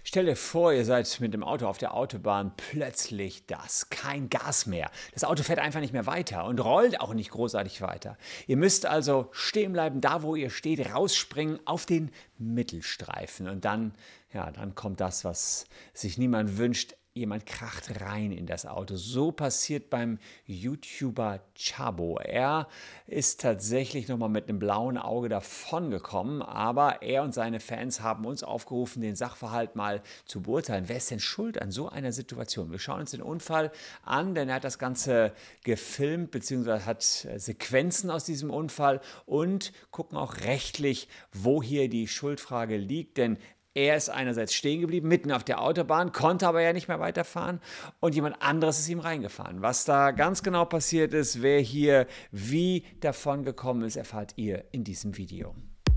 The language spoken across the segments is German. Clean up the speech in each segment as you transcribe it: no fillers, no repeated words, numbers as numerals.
Stell dir vor, ihr seid mit dem Auto auf der Autobahn, plötzlich kein Gas mehr. Das Auto fährt einfach nicht mehr weiter und rollt auch nicht großartig weiter. Ihr müsst also stehen bleiben, da wo ihr steht, rausspringen auf den Mittelstreifen und dann kommt das, was sich niemand wünscht. Jemand kracht rein in das Auto. So passiert beim YouTuber Chabo. Er ist tatsächlich nochmal mit einem blauen Auge davongekommen, aber er und seine Fans haben uns aufgerufen, den Sachverhalt mal zu beurteilen. Wer ist denn schuld an so einer Situation? Wir schauen uns den Unfall an, denn er hat das Ganze gefilmt bzw. hat Sequenzen aus diesem Unfall und gucken auch rechtlich, wo hier die Schuldfrage liegt, denn er ist einerseits stehen geblieben, mitten auf der Autobahn, konnte aber ja nicht mehr weiterfahren und jemand anderes ist ihm reingefahren. Was da ganz genau passiert ist, wer hier wie davon gekommen ist, erfahrt ihr in diesem Video.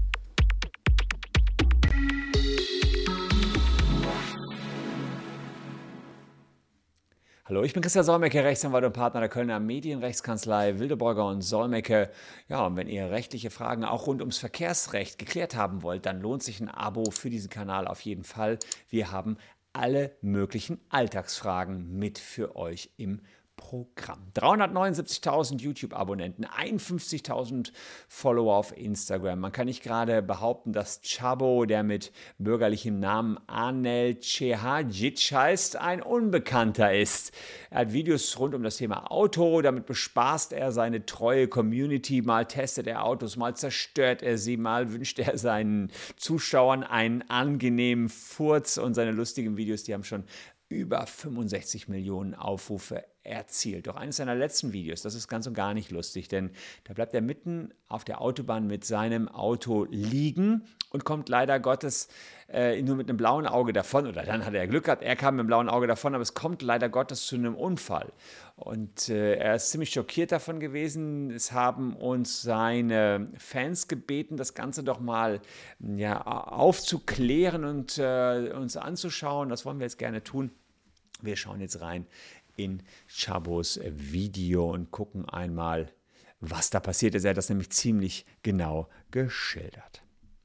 Hallo, ich bin Christian Solmecke, Rechtsanwalt und Partner der Kölner Medienrechtskanzlei Wildeborger und Solmecke. Ja, und wenn ihr rechtliche Fragen auch rund ums Verkehrsrecht geklärt haben wollt, dann lohnt sich ein Abo für diesen Kanal auf jeden Fall. Wir haben alle möglichen Alltagsfragen mit für euch im Programm. 379.000 YouTube-Abonnenten, 51.000 Follower auf Instagram. Man kann nicht gerade behaupten, dass Chabo, der mit bürgerlichem Namen Anel Cehajic heißt, ein Unbekannter ist. Er hat Videos rund um das Thema Auto, damit bespaßt er seine treue Community. Mal testet er Autos, mal zerstört er sie, mal wünscht er seinen Zuschauern einen angenehmen Furz und seine lustigen Videos, die haben schon über 65 Millionen Aufrufe erzielt. Doch eines seiner letzten Videos, das ist ganz und gar nicht lustig, denn da bleibt er mitten auf der Autobahn mit seinem Auto liegen und kommt leider Gottes nur mit einem blauen Auge davon, oder dann hat er Glück gehabt, er kam mit einem blauen Auge davon, aber es kommt leider Gottes zu einem Unfall. Und er ist ziemlich schockiert davon gewesen. Es haben uns seine Fans gebeten, das Ganze doch mal aufzuklären und uns anzuschauen. Das wollen wir jetzt gerne tun. Wir schauen jetzt rein in Chabos Video und gucken einmal, was da passiert ist. Er hat das nämlich ziemlich genau geschildert.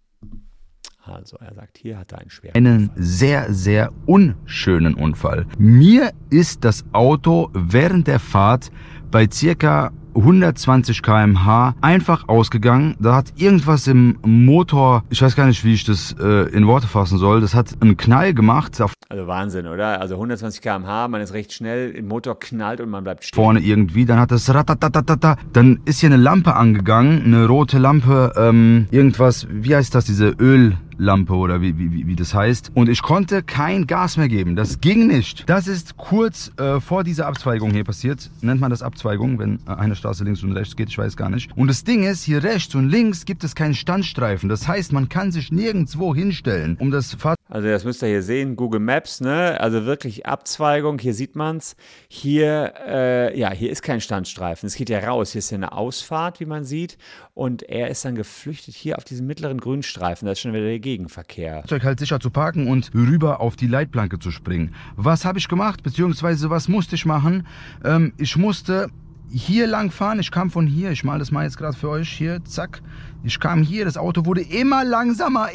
Also, er sagt, hier hat er einen sehr, sehr unschönen Unfall. Mir ist das Auto während der Fahrt bei circa 120 km/h einfach ausgegangen. Da hat irgendwas im Motor, ich weiß gar nicht, wie ich das in Worte fassen soll, das hat einen Knall gemacht. Also Wahnsinn, oder? Also 120 km/h, man ist recht schnell, der Motor knallt und man bleibt stehen. Vorne irgendwie, dann hat das ratatatata, dann ist hier eine Lampe angegangen, eine rote Lampe, irgendwas, wie heißt das, diese Öllampe oder wie das heißt. Und ich konnte kein Gas mehr geben, das ging nicht. Das ist kurz vor dieser Abzweigung hier passiert, nennt man das Abzweigung, wenn eine Straße links und rechts geht, ich weiß gar nicht. Und das Ding ist, hier rechts und links gibt es keinen Standstreifen, das heißt, man kann sich nirgendwo hinstellen, um das Fahrzeug. Also das müsst ihr hier sehen, Google Maps, ne? Also wirklich Abzweigung, hier sieht man es. Hier ist kein Standstreifen, es geht ja raus, hier ist ja eine Ausfahrt, wie man sieht. Und er ist dann geflüchtet hier auf diesen mittleren Grünstreifen, das ist schon wieder der Gegenverkehr. Halt sicher zu parken und rüber auf die Leitplanke zu springen. Was habe ich gemacht, beziehungsweise was musste ich machen? Ich musste hier lang fahren, ich kam von hier, ich male das mal jetzt gerade für euch, hier, zack. Ich kam hier, das Auto wurde immer langsamer,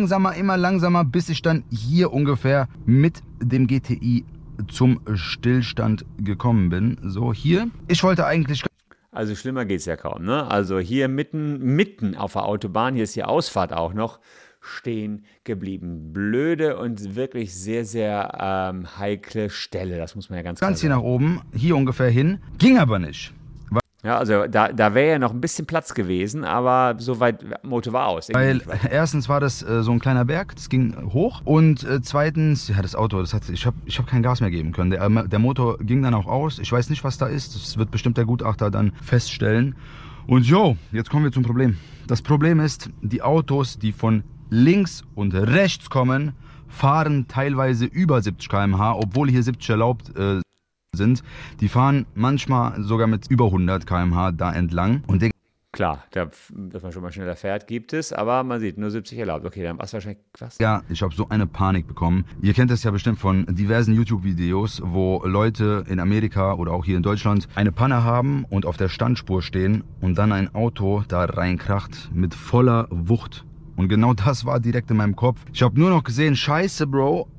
bis ich dann hier ungefähr mit dem GTI zum Stillstand gekommen bin. So, hier. Ich wollte eigentlich... Also schlimmer geht's ja kaum, ne? Also hier mitten auf der Autobahn, hier ist die Ausfahrt auch noch, stehen geblieben. Blöde und wirklich sehr, sehr heikle Stelle, das muss man ja ganz klar sagen. Hier nach oben, hier ungefähr hin, ging aber nicht. Ja, also da wäre ja noch ein bisschen Platz gewesen, aber soweit Motor war aus. Weil erstens war das so ein kleiner Berg, das ging hoch und zweitens, ja, das Auto, ich hab kein Gas mehr geben können. Der Motor ging dann auch aus, ich weiß nicht, was da ist, das wird bestimmt der Gutachter dann feststellen. Und jetzt kommen wir zum Problem. Das Problem ist, die Autos, die von links und rechts kommen, fahren teilweise über 70 km/h, obwohl hier 70 erlaubt sind. Die fahren manchmal sogar mit über 100 km/h da entlang. Und klar, dass man schon mal schneller fährt, gibt es, aber man sieht, nur 70 erlaubt. Okay, dann war es wahrscheinlich was? Ja, ich habe so eine Panik bekommen. Ihr kennt das ja bestimmt von diversen YouTube-Videos, wo Leute in Amerika oder auch hier in Deutschland eine Panne haben und auf der Standspur stehen und dann ein Auto da reinkracht mit voller Wucht. Und genau das war direkt in meinem Kopf. Ich habe nur noch gesehen, scheiße, Bro,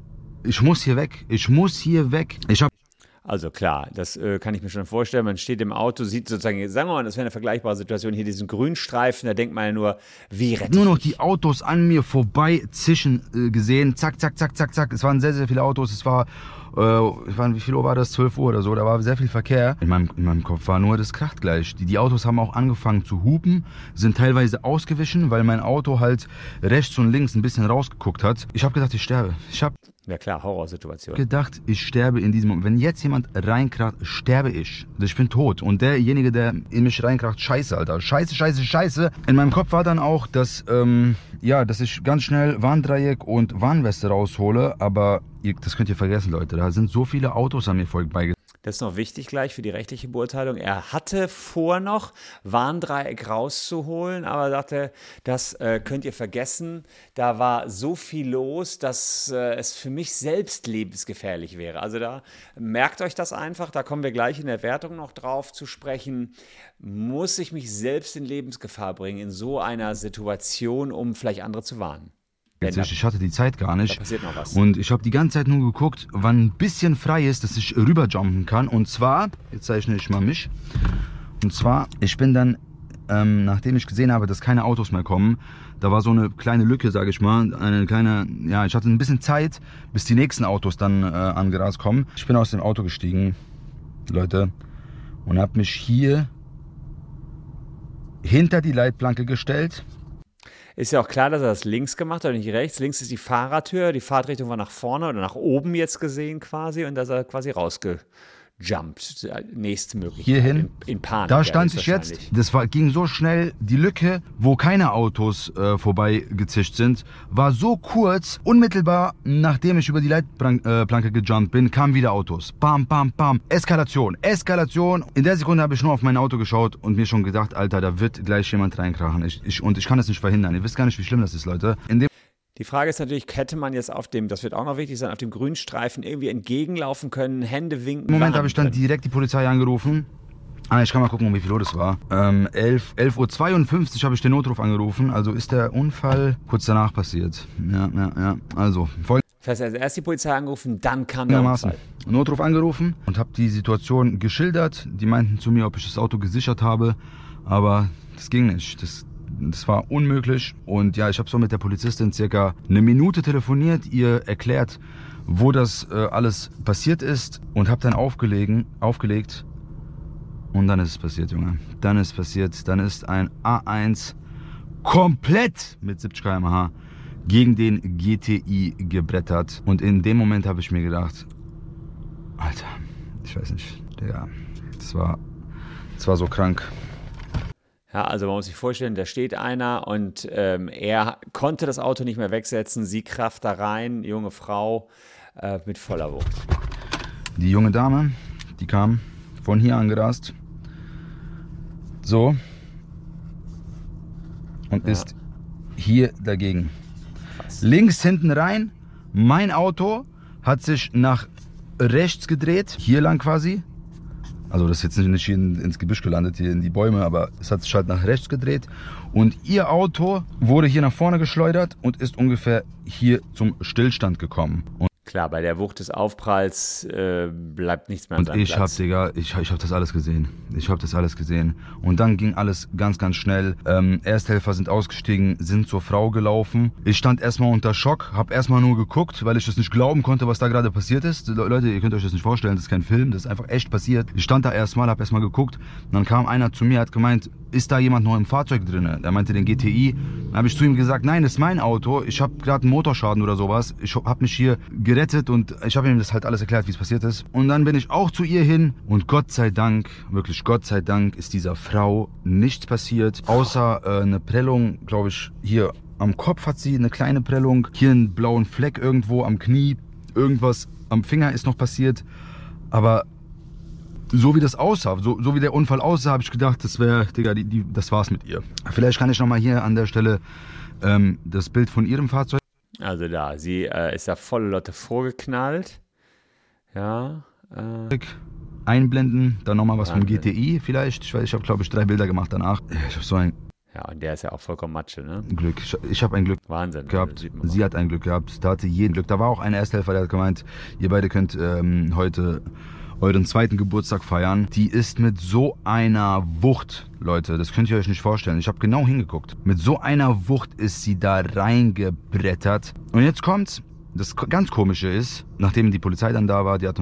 ich muss hier weg. Ich muss hier weg. Ich habe Also klar, das kann ich mir schon vorstellen. Man steht im Auto, sieht sozusagen, sagen wir mal, das wäre eine vergleichbare Situation, hier diesen Grünstreifen, da denkt man ja nur, wie rette nur ich noch mich? die Autos an mir vorbei zischen gesehen. Zack, zack, zack, zack, zack. Es waren sehr, sehr viele Autos. Es war, wie viel Uhr war das? 12 Uhr oder so. Da war sehr viel Verkehr. In meinem Kopf war nur, das kracht gleich. Die Autos haben auch angefangen zu hupen, sind teilweise ausgewichen, weil mein Auto halt rechts und links ein bisschen rausgeguckt hat. Ich habe gedacht, ich sterbe. Ich habe Ja klar, Horrorsituation. gedacht, ich sterbe in diesem Moment. Wenn jetzt jemand reinkracht, sterbe ich. Ich bin tot. Und derjenige, der in mich reinkracht, scheiße, Alter. Scheiße, scheiße, scheiße. In meinem Kopf war dann auch, dass ich ganz schnell Warndreieck und Warnweste raushole. Aber das könnt ihr vergessen, Leute. Da sind so viele Autos an mir vorbeigezogen. Das ist noch wichtig gleich für die rechtliche Beurteilung. Er hatte vor noch, Warndreieck rauszuholen, aber sagte, das könnt ihr vergessen. Da war so viel los, dass es für mich selbst lebensgefährlich wäre. Also da merkt euch das einfach, da kommen wir gleich in der Wertung noch drauf zu sprechen. Muss ich mich selbst in Lebensgefahr bringen in so einer Situation, um vielleicht andere zu warnen? Ich hatte die Zeit gar nicht. Da passiert noch was. Und ich habe die ganze Zeit nur geguckt, wann ein bisschen frei ist, dass ich rüberjumpen kann. Und zwar, jetzt zeichne ich mal mich. Und zwar, ich bin dann, nachdem ich gesehen habe, dass keine Autos mehr kommen, da war so eine kleine Lücke, sage ich mal, ich hatte ein bisschen Zeit, bis die nächsten Autos dann angerast kommen. Ich bin aus dem Auto gestiegen, Leute, und habe mich hier hinter die Leitplanke gestellt. Ist ja auch klar, dass er das links gemacht hat und nicht rechts. Links ist die Fahrradtür, die Fahrtrichtung war nach vorne oder nach oben jetzt gesehen quasi und da ist er quasi rausgejumpt. Nächste Möglichkeit. Hierhin, in Panik. da stand ich jetzt, ging so schnell, die Lücke, wo keine Autos vorbeigezischt sind, war so kurz, unmittelbar nachdem ich über die Leitplanke gejumpt bin, kamen wieder Autos. Bam, bam, bam, Eskalation, Eskalation. In der Sekunde habe ich nur auf mein Auto geschaut und mir schon gedacht, Alter, da wird gleich jemand reinkrachen. Ich kann das nicht verhindern. Ihr wisst gar nicht, wie schlimm das ist, Leute. Die Frage ist natürlich, hätte man jetzt das wird auch noch wichtig sein, auf dem Grünstreifen irgendwie entgegenlaufen können, Hände winken? Im Moment habe ich dann direkt die Polizei angerufen. Ich kann mal gucken, um wie viel Uhr das war. 11:52 Uhr habe ich den Notruf angerufen. Also ist der Unfall kurz danach passiert. Ja. Also, das heißt, also erst die Polizei angerufen, dann kam der Unfall. Notruf angerufen und habe die Situation geschildert. Die meinten zu mir, ob ich das Auto gesichert habe. Aber das ging nicht. Das war unmöglich und ja, ich habe so mit der Polizistin circa eine Minute telefoniert, ihr erklärt, wo das alles passiert ist und habe dann aufgelegt und dann ist es passiert, Junge. Dann ist ein A1 komplett mit 70 km/h gegen den GTI gebrettert und in dem Moment habe ich mir gedacht, Alter, ich weiß nicht, Digga, das war so krank. Ja, also man muss sich vorstellen, da steht einer und er konnte das Auto nicht mehr wegsetzen, sie kraft da rein, junge Frau mit voller Wucht. Die junge Dame, die kam von hier angerast, so, und ist hier dagegen. Krass. Links hinten rein, mein Auto hat sich nach rechts gedreht, hier lang quasi. Also das ist jetzt nicht hier ins Gebüsch gelandet, hier in die Bäume, aber es hat sich halt nach rechts gedreht. Und ihr Auto wurde hier nach vorne geschleudert und ist ungefähr hier zum Stillstand gekommen. Klar, bei der Wucht des Aufpralls bleibt nichts mehr an seinem Platz. Ich hab das alles gesehen. Und dann ging alles ganz, ganz schnell. Ersthelfer sind ausgestiegen, sind zur Frau gelaufen. Ich stand erstmal unter Schock, hab erstmal nur geguckt, weil ich das nicht glauben konnte, was da gerade passiert ist. Leute, ihr könnt euch das nicht vorstellen, das ist kein Film, das ist einfach echt passiert. Ich stand da erstmal, hab erstmal geguckt. Und dann kam einer zu mir, hat gemeint, ist da jemand noch im Fahrzeug drin? Er meinte den GTI. Dann habe ich zu ihm gesagt, nein, das ist mein Auto. Ich habe gerade einen Motorschaden oder sowas. Ich habe mich hier gerettet und ich habe ihm das halt alles erklärt, wie es passiert ist. Und dann bin ich auch zu ihr hin und Gott sei Dank, wirklich Gott sei Dank, ist dieser Frau nichts passiert, außer eine Prellung, glaube ich, hier am Kopf hat sie eine kleine Prellung, hier einen blauen Fleck irgendwo am Knie, irgendwas am Finger ist noch passiert, aber so wie das aussah, so wie der Unfall aussah, habe ich gedacht, das wäre, Digga, das war's mit ihr. Vielleicht kann ich nochmal hier an der Stelle das Bild von ihrem Fahrzeug. Also da, sie ist da volle Lotte vorgeknallt. Ja. Einblenden, dann nochmal was vom GTI vielleicht. Ich habe, glaube ich, 3 Bilder gemacht danach. Ich habe so ein... Ja, und der ist ja auch vollkommen Matsche, ne? Glück. Ich habe ein Glück Wahnsinn. gehabt. Sieht man Sie hat ein Glück gehabt. Da hatte jeden Glück. Da war auch ein Ersthelfer, der hat gemeint, ihr beide könnt heute euren zweiten Geburtstag feiern. Die ist mit so einer Wucht, Leute, das könnt ihr euch nicht vorstellen. Ich habe genau hingeguckt. Mit so einer Wucht ist sie da reingebrettert. Und jetzt kommt's. Das ganz Komische ist, nachdem die Polizei dann da war, die hat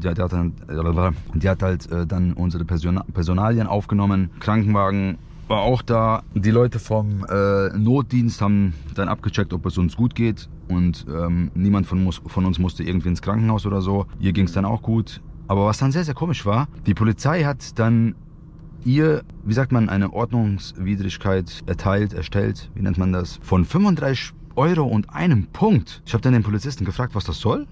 halt dann unsere Personalien aufgenommen. Krankenwagen war auch da. Die Leute vom Notdienst haben dann abgecheckt, ob es uns gut geht. Und niemand von uns musste irgendwie ins Krankenhaus oder so. Ihr ging es dann auch gut. Aber was dann sehr, sehr komisch war, die Polizei hat dann ihr, wie sagt man, eine Ordnungswidrigkeit erstellt, wie nennt man das, von 35 Euro und einem Punkt. Ich habe dann den Polizisten gefragt, was das soll.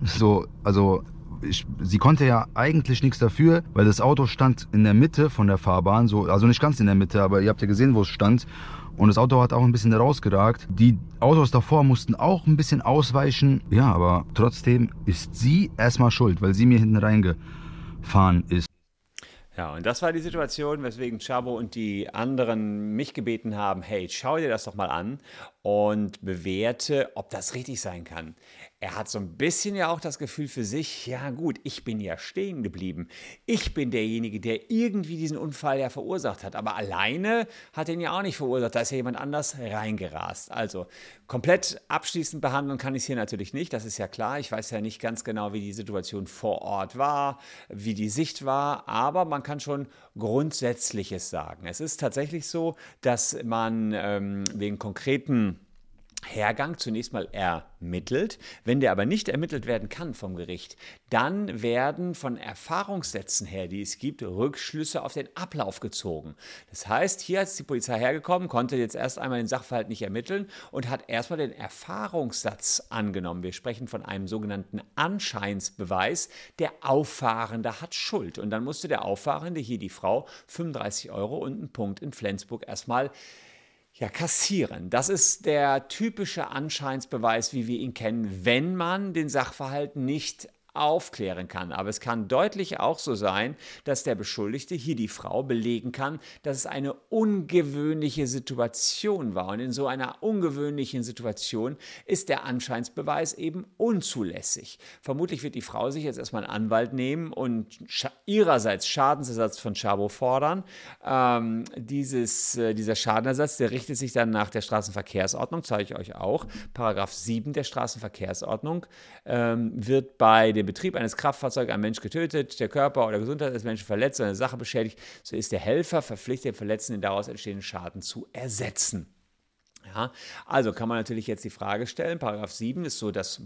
Sie konnte ja eigentlich nichts dafür, weil das Auto stand in der Mitte von der Fahrbahn, also nicht ganz in der Mitte, aber ihr habt ja gesehen, wo es stand. Und das Auto hat auch ein bisschen rausgeragt. Die Autos davor mussten auch ein bisschen ausweichen. Ja, aber trotzdem ist sie erstmal schuld, weil sie mir hinten reingefahren ist. Ja, und das war die Situation, weswegen Chabo und die anderen mich gebeten haben, hey, schau dir das doch mal an und bewerte, ob das richtig sein kann. Er hat so ein bisschen ja auch das Gefühl für sich, ja gut, ich bin ja stehen geblieben. Ich bin derjenige, der irgendwie diesen Unfall ja verursacht hat. Aber alleine hat er ihn ja auch nicht verursacht. Da ist ja jemand anders reingerast. Also komplett abschließend behandeln kann ich es hier natürlich nicht. Das ist ja klar. Ich weiß ja nicht ganz genau, wie die Situation vor Ort war, wie die Sicht war. Aber man kann schon Grundsätzliches sagen. Es ist tatsächlich so, dass man wegen konkreten Hergang zunächst mal ermittelt. Wenn der aber nicht ermittelt werden kann vom Gericht, dann werden von Erfahrungssätzen her, die es gibt, Rückschlüsse auf den Ablauf gezogen. Das heißt, hier ist die Polizei hergekommen, konnte jetzt erst einmal den Sachverhalt nicht ermitteln und hat erstmal den Erfahrungssatz angenommen. Wir sprechen von einem sogenannten Anscheinsbeweis. Der Auffahrende hat Schuld. Und dann musste der Auffahrende, hier die Frau, 35 Euro und einen Punkt in Flensburg erstmal kassieren. Das ist der typische Anscheinsbeweis, wie wir ihn kennen, wenn man den Sachverhalt nicht aufklären kann. Aber es kann deutlich auch so sein, dass der Beschuldigte, hier die Frau, belegen kann, dass es eine ungewöhnliche Situation war. Und in so einer ungewöhnlichen Situation ist der Anscheinsbeweis eben unzulässig. Vermutlich wird die Frau sich jetzt erstmal einen Anwalt nehmen und ihrerseits Schadensersatz von Chabo fordern. Dieser Schadenersatz, der richtet sich dann nach der Straßenverkehrsordnung, zeige ich euch auch. Paragraph 7 der Straßenverkehrsordnung wird bei dem Betrieb eines Kraftfahrzeugs ein Mensch getötet, der Körper oder Gesundheit des Menschen verletzt oder eine Sache beschädigt, so ist der Helfer verpflichtet, den Verletzten den daraus entstehenden Schaden zu ersetzen. Ja, also kann man natürlich jetzt die Frage stellen, Paragraph 7 ist so das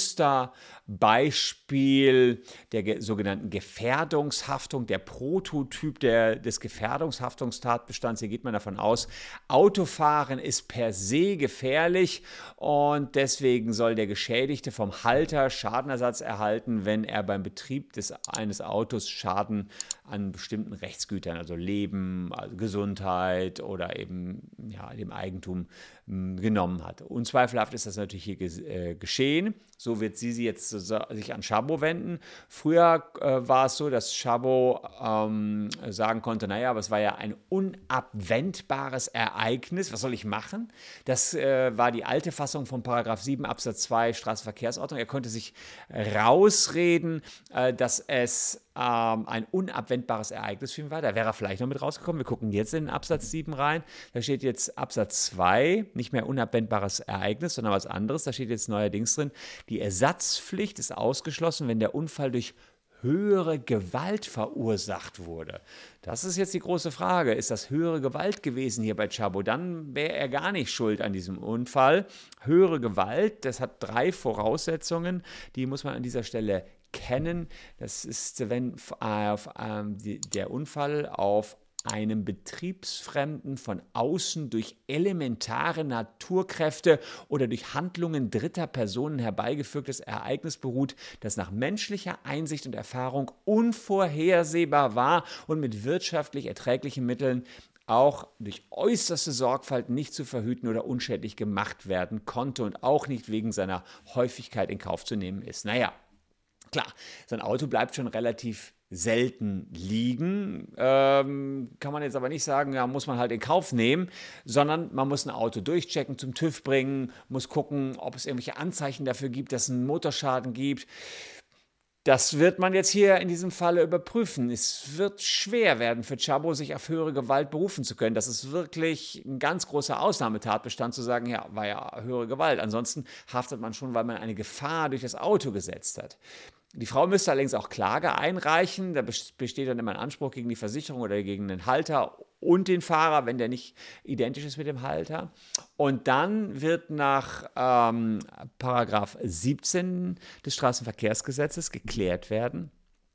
Musterbeispiel der sogenannten Gefährdungshaftung, der Prototyp des Gefährdungshaftungstatbestands. Hier geht man davon aus, Autofahren ist per se gefährlich und deswegen soll der Geschädigte vom Halter Schadenersatz erhalten, wenn er beim Betrieb eines Autos Schaden an bestimmten Rechtsgütern, also Leben, also Gesundheit oder eben dem Eigentum genommen hat. Unzweifelhaft ist das natürlich hier geschehen. So wird sie jetzt sich an Chabo wenden. Früher war es so, dass Chabo sagen konnte, naja, aber es war ja ein unabwendbares Ereignis. Was soll ich machen? Das war die alte Fassung von Paragraph 7 Absatz 2 Straßenverkehrsordnung. Er konnte sich rausreden, dass es ein unabwendbares Ereignis für ihn war. Da wäre er vielleicht noch mit rausgekommen. Wir gucken jetzt in Absatz 7 rein. Da steht jetzt Absatz 2, nicht mehr unabwendbares Ereignis, sondern was anderes. Da steht jetzt neuerdings drin, die Ersatzpflicht ist ausgeschlossen, wenn der Unfall durch höhere Gewalt verursacht wurde. Das ist jetzt die große Frage. Ist das höhere Gewalt gewesen hier bei Chabo? Dann wäre er gar nicht schuld an diesem Unfall. Höhere Gewalt, das hat 3 Voraussetzungen, die muss man an dieser Stelle kennen. Das ist, wenn der Unfall auf einem Betriebsfremden von außen durch elementare Naturkräfte oder durch Handlungen dritter Personen herbeigeführtes Ereignis beruht, das nach menschlicher Einsicht und Erfahrung unvorhersehbar war und mit wirtschaftlich erträglichen Mitteln auch durch äußerste Sorgfalt nicht zu verhüten oder unschädlich gemacht werden konnte und auch nicht wegen seiner Häufigkeit in Kauf zu nehmen ist. Naja, klar, so ein Auto bleibt schon relativ selten liegen. Kann man jetzt aber nicht sagen, ja, muss man halt in Kauf nehmen, sondern man muss ein Auto durchchecken, zum TÜV bringen, muss gucken, ob es irgendwelche Anzeichen dafür gibt, dass es einen Motorschaden gibt. Das wird man jetzt hier in diesem Falle überprüfen. Es wird schwer werden für Szabo, sich auf höhere Gewalt berufen zu können. Das ist wirklich ein ganz großer Ausnahmetatbestand, zu sagen, ja, war ja höhere Gewalt. Ansonsten haftet man schon, weil man eine Gefahr durch das Auto gesetzt hat. Die Frau müsste allerdings auch Klage einreichen. Da besteht dann immer ein Anspruch gegen die Versicherung oder gegen den Halter und den Fahrer, wenn der nicht identisch ist mit dem Halter. Und dann wird nach Paragraph 17 des Straßenverkehrsgesetzes geklärt werden,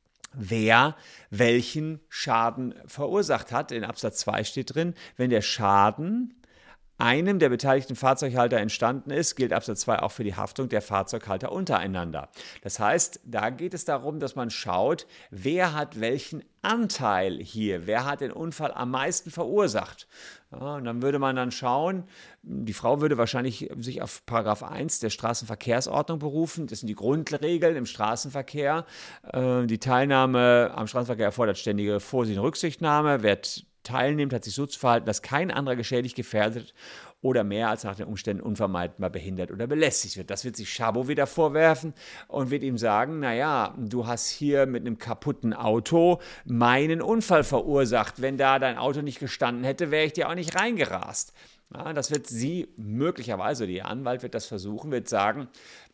wer welchen Schaden verursacht hat. In Absatz 2 steht drin, wenn der Schaden einem der beteiligten Fahrzeughalter entstanden ist, gilt Absatz 2 auch für die Haftung der Fahrzeughalter untereinander. Das heißt, da geht es darum, dass man schaut, wer hat welchen Anteil hier, wer hat den Unfall am meisten verursacht. Ja, und dann würde man dann schauen, die Frau würde wahrscheinlich sich auf Paragraph 1 der Straßenverkehrsordnung berufen. Das sind die Grundregeln im Straßenverkehr. Die Teilnahme am Straßenverkehr erfordert ständige Vorsicht und Rücksichtnahme. Wer teilnimmt, hat sich so zu verhalten, dass kein anderer geschädigt, gefährdet oder mehr als nach den Umständen unvermeidbar behindert oder belästigt wird. Das wird sich Szabo wieder vorwerfen und wird ihm sagen, naja, du hast hier mit einem kaputten Auto meinen Unfall verursacht. Wenn da dein Auto nicht gestanden hätte, wäre ich dir auch nicht reingerast. Ja, das wird sie möglicherweise, der Anwalt wird das versuchen, wird sagen,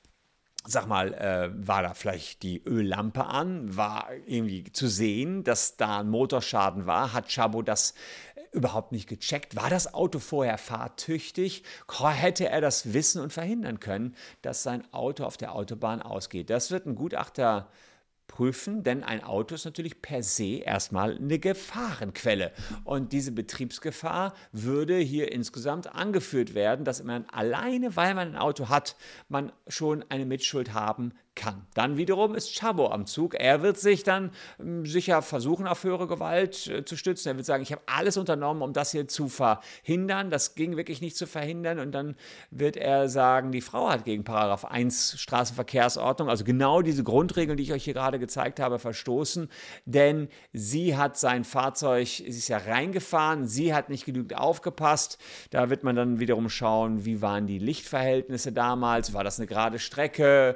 sag mal, war da vielleicht die Öllampe an? War irgendwie zu sehen, dass da ein Motorschaden war? Hat Szabo das überhaupt nicht gecheckt? War das Auto vorher fahrtüchtig? Hätte er das wissen und verhindern können, dass sein Auto auf der Autobahn ausgeht? Das wird ein Gutachter prüfen, denn ein Auto ist natürlich per se erstmal eine Gefahrenquelle. Und diese Betriebsgefahr würde hier insgesamt angeführt werden, dass man alleine, weil man ein Auto hat, man schon eine Mitschuld haben kann. Dann wiederum ist Szabo am Zug. Er wird sich dann sicher versuchen, auf höhere Gewalt zu stützen. Er wird sagen, ich habe alles unternommen, um das hier zu verhindern. Das ging wirklich nicht zu verhindern. Und dann wird er sagen, die Frau hat gegen Paragraph 1 Straßenverkehrsordnung, also genau diese Grundregeln, die ich euch hier gerade gezeigt habe, verstoßen. Denn sie hat sein Fahrzeug, sie ist ja reingefahren, sie hat nicht genügend aufgepasst. Da wird man dann wiederum schauen, wie waren die Lichtverhältnisse damals, war das eine gerade Strecke,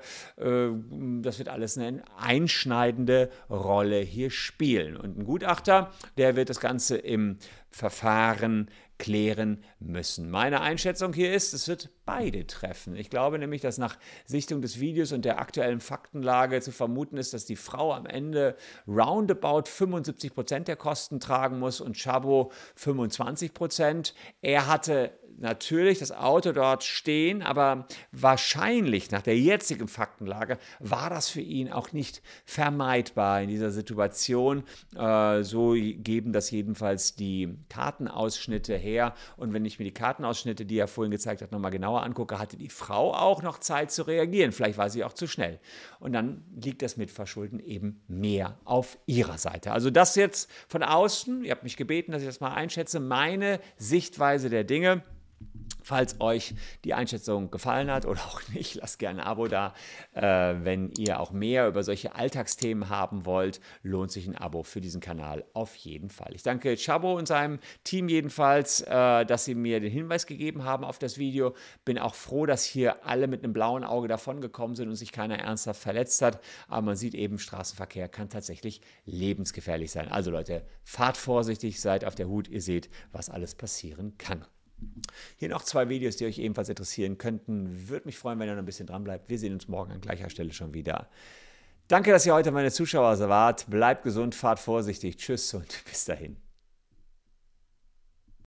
das wird alles eine einschneidende Rolle hier spielen. Und ein Gutachter, der wird das Ganze im Verfahren klären müssen. Meine Einschätzung hier ist, es wird beide treffen. Ich glaube nämlich, dass nach Sichtung des Videos und der aktuellen Faktenlage zu vermuten ist, dass die Frau am Ende roundabout 75% der Kosten tragen muss und Szabo 25%. Er hatte natürlich das Auto dort stehen, aber wahrscheinlich nach der jetzigen Faktenlage war das für ihn auch nicht vermeidbar in dieser Situation. So geben das jedenfalls die Kartenausschnitte her. Und wenn ich mir die Kartenausschnitte, die er vorhin gezeigt hat, nochmal genauer angucke, hatte die Frau auch noch Zeit zu reagieren. Vielleicht war sie auch zu schnell. Und dann liegt das Mitverschulden eben mehr auf ihrer Seite. Also das jetzt von außen, ihr habt mich gebeten, dass ich das mal einschätze, meine Sichtweise der Dinge. Falls euch die Einschätzung gefallen hat oder auch nicht, lasst gerne ein Abo da. Wenn ihr auch mehr über solche Alltagsthemen haben wollt, lohnt sich ein Abo für diesen Kanal auf jeden Fall. Ich danke Szabo und seinem Team jedenfalls, dass sie mir den Hinweis gegeben haben auf das Video. Bin auch froh, dass hier alle mit einem blauen Auge davongekommen sind und sich keiner ernsthaft verletzt hat. Aber man sieht eben, Straßenverkehr kann tatsächlich lebensgefährlich sein. Also Leute, fahrt vorsichtig, seid auf der Hut. Ihr seht, was alles passieren kann. Hier noch 2 Videos, die euch ebenfalls interessieren könnten. Würde mich freuen, wenn ihr noch ein bisschen dran bleibt. Wir sehen uns morgen an gleicher Stelle schon wieder. Danke, dass ihr heute meine Zuschauer wart. Bleibt gesund, fahrt vorsichtig. Tschüss und bis dahin.